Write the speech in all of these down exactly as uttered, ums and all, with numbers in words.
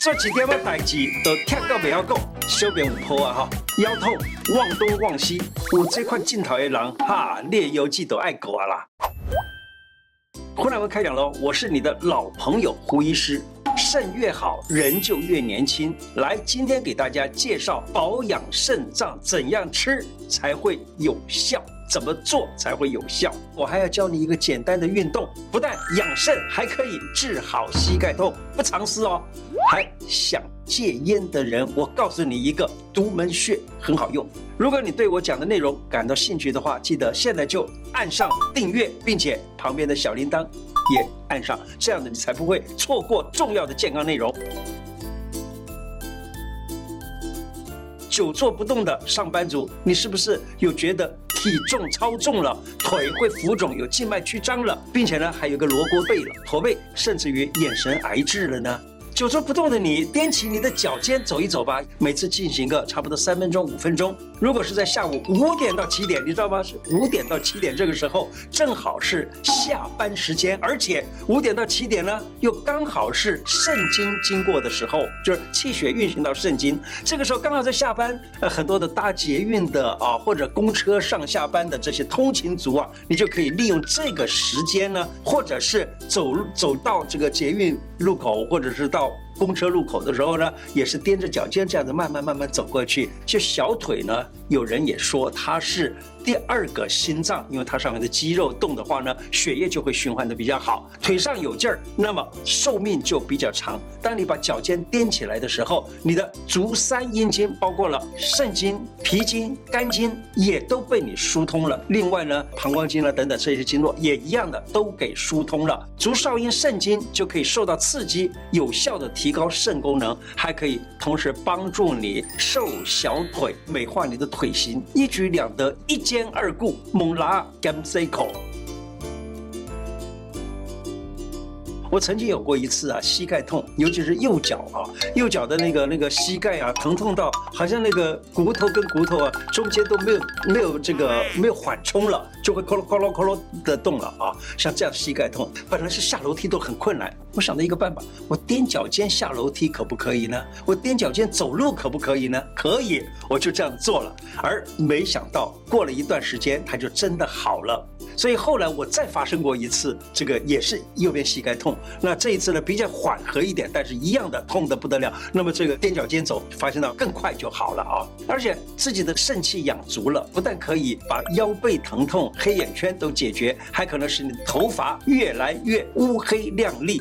这几天我代志都听到袂晓讲，小便有泡啊哈，腰痛、忘东忘西，有这款镜头的人哈，列游记都爱狗啊啦。胡乃文开讲喽，我是你的老朋友胡医师。肾越好，人就越年轻。来，今天给大家介绍保养肾脏怎样吃才会有效。怎么做才会有效？我还要教你一个简单的运动，不但养肾，还可以治好膝盖痛。不藏私哦。还想戒烟的人，我告诉你一个独门穴，很好用。如果你对我讲的内容感到兴趣的话，记得现在就按上订阅，并且旁边的小铃铛也按上，这样子你才不会错过重要的健康内容。久坐不动的上班族，你是不是有觉得体重超重了，腿会浮肿，有静脉曲张了，并且呢还有个罗锅背了、驼背，甚至于眼神癌质了呢？久坐不动的你，踮起你的脚尖走一走吧，每次进行个差不多三分钟、五分钟。如果是在下午五点到七点，你知道吗？是五点到七点这个时候，正好是下班时间，而且五点到七点呢，又刚好是肾经经过的时候，就是气血运行到肾经，这个时候刚好在下班，呃，很多的搭捷运的啊，或者公车上下班的这些通勤族啊，你就可以利用这个时间呢，或者是走走到这个捷运路口，或者是到公车路口的时候呢，也是踮着脚尖这样子慢慢慢慢走过去。就小腿呢，有人也说它是第二个心脏，因为它上面的肌肉动的话呢，血液就会循环的比较好。腿上有劲儿，那么寿命就比较长。当你把脚尖踮起来的时候，你的足三阴经，包括了肾经、脾经、肝经，也都被你疏通了。另外呢，膀胱经了等等这些经络也一样的都给疏通了。足少阴肾经就可以受到刺激，有效的提高肾功能，还可以同时帮助你瘦小腿，美化你的腿型，一举两得，一兼二顾，猛拉减塞口。我曾经有过一次啊，膝盖痛，尤其是右脚啊，右脚的那个那个膝盖啊，疼痛到好像那个骨头跟骨头啊中间都没有没有这个没有缓冲了，就会咯咯咯咯咯咯的动了啊。像这样膝盖痛，本来是下楼梯都很困难，我想到一个办法，我踮脚尖下楼梯可不可以呢？我踮脚尖走路可不可以呢？可以，我就这样做了。而没想到过了一段时间，它就真的好了。所以后来我再发生过一次，这个也是右边膝盖痛。那这一次呢比较缓和一点，但是一样的痛得不得了。那么这个踮脚尖走，发现到更快就好了啊！而且自己的肾气养足了，不但可以把腰背疼痛、黑眼圈都解决，还可能使你的头发越来越乌黑亮丽。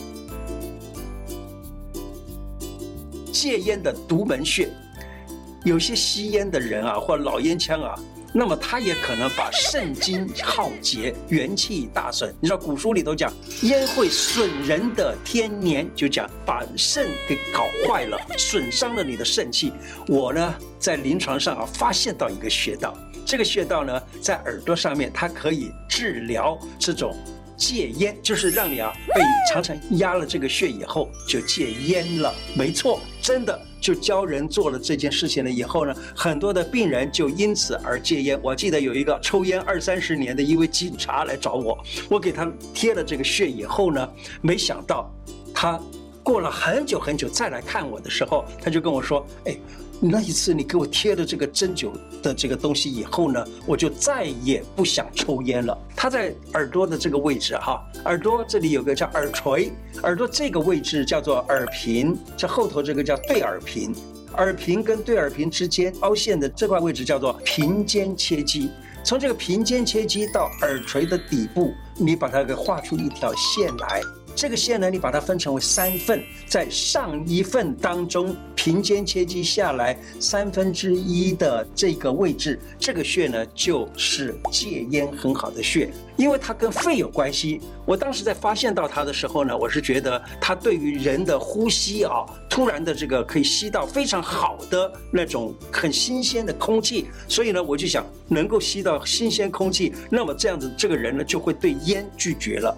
戒烟的独门穴，有些吸烟的人啊，或老烟枪啊。那么他也可能把肾精耗竭，元气大损。你知道古书里头讲，烟会损人的天年，就讲把肾给搞坏了，损伤了你的肾气。我呢，在临床上啊，发现到一个穴道，这个穴道呢，在耳朵上面，它可以治疗这种戒烟，就是让你啊被常常压了这个穴以后就戒烟了。没错，真的。就教人做了这件事情了以后呢，很多的病人就因此而戒烟。我记得有一个抽烟二三十年的一位警察来找我，我给他贴了这个穴以后呢，没想到他过了很久很久再来看我的时候，他就跟我说：“哎，那一次你给我贴了这个针灸的这个东西以后呢，我就再也不想抽烟了。”他在耳朵的这个位置哈，耳朵这里有个叫耳垂，耳朵这个位置叫做耳屏，这后头这个叫对耳屏，耳屏跟对耳屏之间凹陷的这块位置叫做屏间切肌。从这个屏间切肌到耳垂的底部，你把它给画出一条线来。这个线呢，你把它分成为三份，在上一份当中，屏间切肌下来三分之一的这个位置，这个穴呢就是戒烟很好的穴，因为它跟肺有关系。我当时在发现到它的时候呢，我是觉得它对于人的呼吸啊，突然的这个可以吸到非常好的那种很新鲜的空气，所以呢，我就想能够吸到新鲜空气，那么这样子这个人呢就会对烟拒绝了。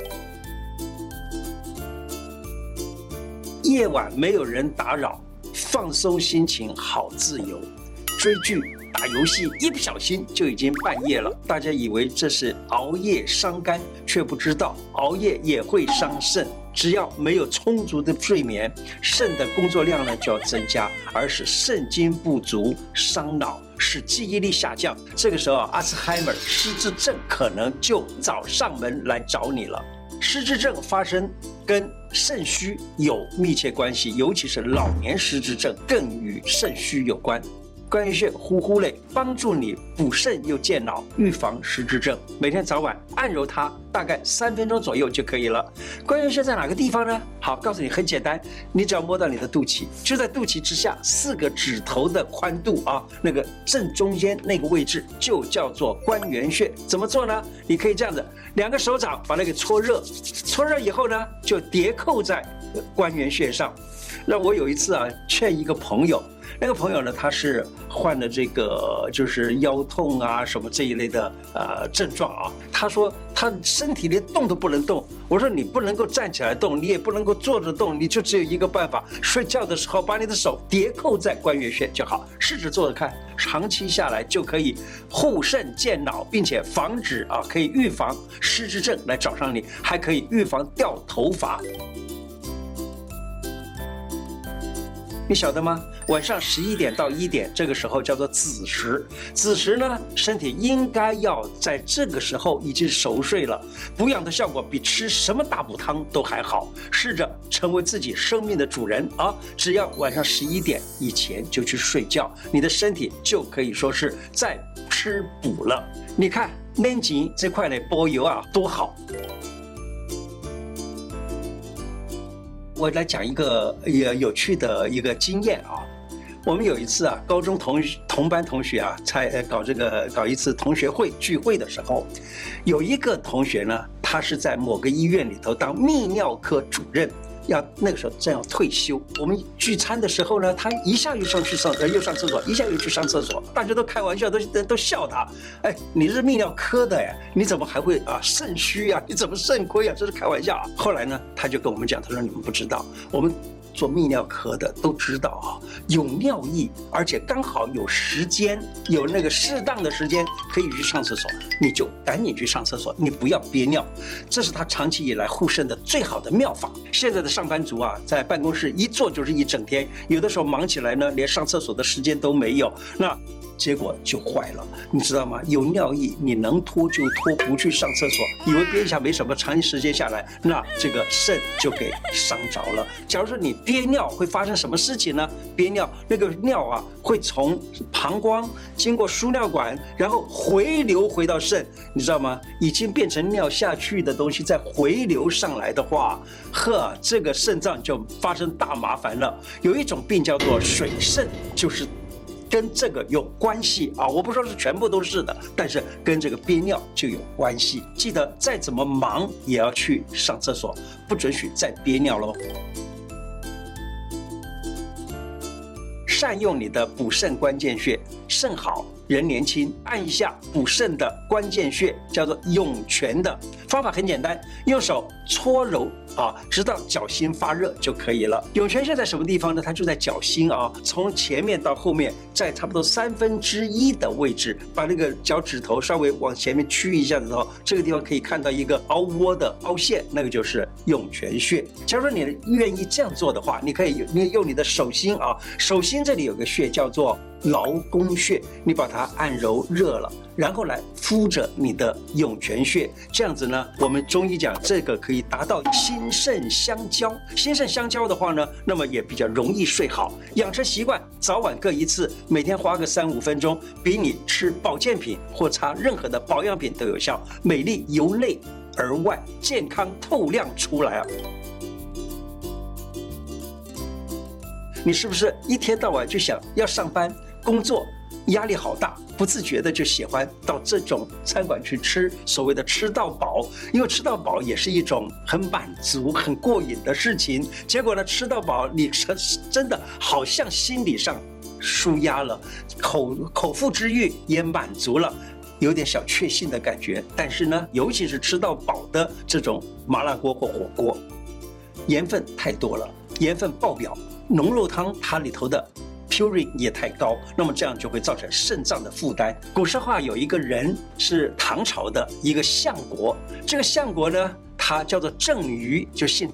夜晚没有人打扰，放松心情，好自由。追剧、打游戏，一不小心就已经半夜了。大家以为这是熬夜伤肝，却不知道熬夜也会伤肾。 只要没有充足的睡眠，肾的工作量呢就要增加，而使肾精不足，伤脑，使记忆力下降。这个时候啊，阿兹海默失智症可能就找上门来找你了。失智症发生跟肾虚有密切关系，尤其是老年失智症更与肾虚有关。关元穴呼呼类帮助你补肾又健脑，预防失智症。每天早晚按揉它，大概三分钟左右就可以了。关元穴在哪个地方呢？好，告诉你很简单，你只要摸到你的肚脐，就在肚脐之下四个指头的宽度啊，那个正中间那个位置就叫做关元穴。怎么做呢？你可以这样子，两个手掌把那个搓热，搓热以后呢，就叠扣在关元穴上。那我有一次啊，劝一个朋友。那个朋友呢，他是患了这个就是腰痛啊什么这一类的呃症状啊。他说他身体连动都不能动。我说你不能够站起来动，你也不能够坐着动，你就只有一个办法，睡觉的时候把你的手叠扣在关元穴就好。试着做着看，长期下来就可以护肾健脑，并且防止啊可以预防失智症来找上你，还可以预防掉头发。你晓得吗？晚上十一点到一点，这个时候叫做子时。子时呢，身体应该要在这个时候已经熟睡了，补养的效果比吃什么大补汤都还好。试着成为自己生命的主人啊！只要晚上十一点以前就去睡觉，你的身体就可以说是在吃补了。你看年前这块的波油啊，多好！我来讲一个也有趣的一个经验啊。我们有一次啊，高中同同班同学啊，在搞这个搞一次同学会聚会的时候，有一个同学呢，他是在某个医院里头当泌尿科主任，要那个时候正要退休。我们聚餐的时候呢，他一下又上去上又上厕所，一下又去上厕所，大家都开玩笑，都都笑他。哎，你是泌尿科的哎，你怎么还会啊肾虚啊？你怎么肾亏啊？这是开玩笑啊。后来呢，他就跟我们讲，他说你们不知道，我们做泌尿科的都知道啊，有尿意，而且刚好有时间，有那个适当的时间可以去上厕所，你就赶紧去上厕所，你不要憋尿。这是他长期以来护肾的最好的妙法。现在的上班族啊，在办公室一坐就是一整天，有的时候忙起来呢，连上厕所的时间都没有，那结果就坏了，你知道吗？有尿意，你能拖就拖，不去上厕所，以为憋一下没什么，长时间下来，那这个肾就给伤着了。假如说你憋尿，会发生什么事情呢？憋尿，那个尿啊，会从膀胱经过输尿管，然后回流回到肾，你知道吗？已经变成尿下去的东西，再回流上来的话，呵，这个肾脏就发生大麻烦了。有一种病叫做水肾，就是跟这个有关系啊，我不说是全部都是的，但是跟这个憋尿就有关系。记得再怎么忙也要去上厕所，不准许再憋尿喽。善用你的补肾关键穴，肾好人年轻，按一下补肾的关键穴，叫做涌泉的方法很简单，用手搓揉啊，直到脚心发热就可以了。涌泉穴在什么地方呢？它就在脚心啊，从前面到后面，在差不多三分之一的位置，把那个脚趾头稍微往前面屈一下的时候，这个地方可以看到一个凹窝的凹陷，那个就是涌泉穴。假如说你愿意这样做的话，你可以你用你的手心啊，手心这里有个穴叫做劳宫穴，你把它按揉热了，然后来敷着你的涌泉穴，这样子呢，我们中医讲这个可以达到心肾相交。心肾相交的话呢，那么也比较容易睡好。养成习惯，早晚各一次，每天花个三五分钟，比你吃保健品或擦任何的保养品都有效。美丽由内而外，健康透亮出来啊！你是不是一天到晚就想要上班工作，压力好大，不自觉的就喜欢到这种餐馆去吃所谓的吃到饱？因为吃到饱也是一种很满足很过瘾的事情，结果呢，吃到饱你真的好像心理上舒压了，口口腹之欲也满足了，有点小确幸的感觉。但是呢，尤其是吃到饱的这种麻辣锅或火锅，盐分太多了，盐分爆表，浓肉汤它里头的purine 也太高，那么这样就会造成肾脏的负担。古时候啊，有一个人是唐朝的一个相国，这个相国呢，他叫做郑瑜，就姓郑。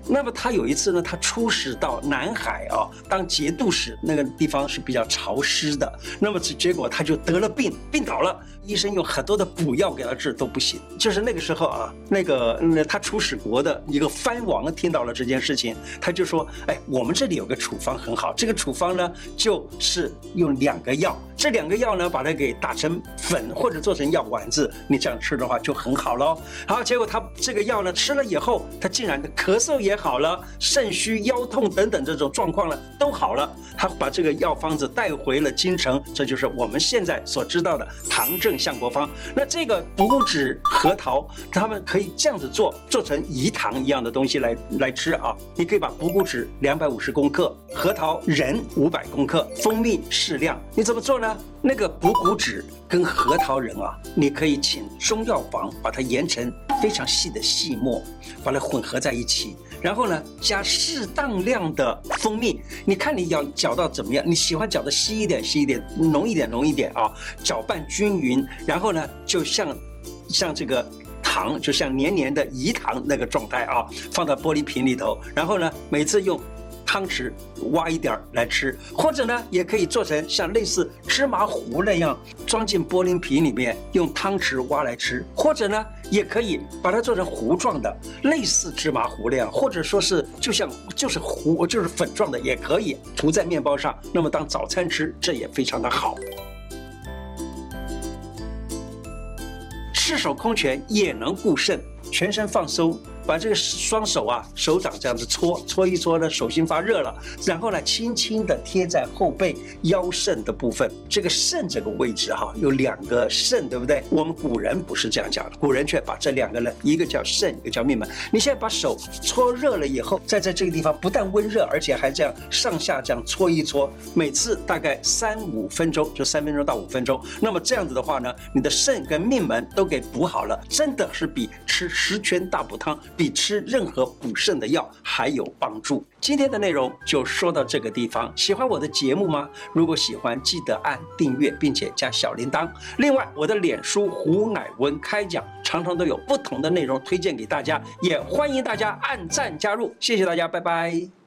那么他有一次呢，他出使到南海啊，当节度使，那个地方是比较潮湿的。那么结果他就得了病，病倒了，医生用很多的补药给他治都不行。就是那个时候啊，那个那他出使国的一个藩王听到了这件事情，他就说：“哎，我们这里有个处方很好，这个处方呢就是用两个药，这两个药呢把它给打成粉或者做成药丸子，你这样吃的话就很好咯。”好，结果他这个药呢吃了以后，他竟然咳嗽也好了，肾虚、腰痛等等这种状况呢都好了。他把这个药方子带回了京城，这就是我们现在所知道的糖症相国方。那这个补脂核桃，他们可以这样子做，做成饴糖一样的东西来来吃啊。你可以把补骨脂两百五十公克，核桃仁五百公克，蜂蜜适量。你怎么做呢？那个补骨脂跟核桃仁啊，你可以请中药房把它研成非常细的细末，把它混合在一起，然后呢加适当量的蜂蜜，你看你要搅到怎么样？你喜欢搅得稀一点稀一点，浓一点浓一点啊，搅拌均匀，然后呢就像像这个糖，就像黏黏的饴糖那个状态啊，放到玻璃瓶里头，然后呢每次用汤匙挖一点来吃，或者呢也可以做成像类似芝麻糊那样装进玻璃瓶里面，用汤匙挖来吃，或者呢也可以把它做成糊状的，类似芝麻糊那样，或者说是就像就是糊就是粉状的也可以涂在面包上，那么当早餐吃，这也非常的好。赤手空拳也能固肾，全身放松，把这个双手啊手掌这样子搓搓一搓呢，手心发热了，然后呢轻轻的贴在后背腰肾的部分。这个肾这个位置哈、啊、有两个肾，对不对？我们古人不是这样讲的，古人却把这两个呢，一个叫肾，一个叫命门。你现在把手搓热了以后，再在这个地方不但温热，而且还这样上下这样搓一搓，每次大概三五分钟，就三分钟到五分钟。那么这样子的话呢，你的肾跟命门都给补好了，真的是比吃十全大补汤，比吃任何补肾的药还有帮助。今天的内容就说到这个地方，喜欢我的节目吗？如果喜欢，记得按订阅并且加小铃铛。另外，我的脸书胡乃文开讲常常都有不同的内容推荐给大家，也欢迎大家按赞加入。谢谢大家，拜拜。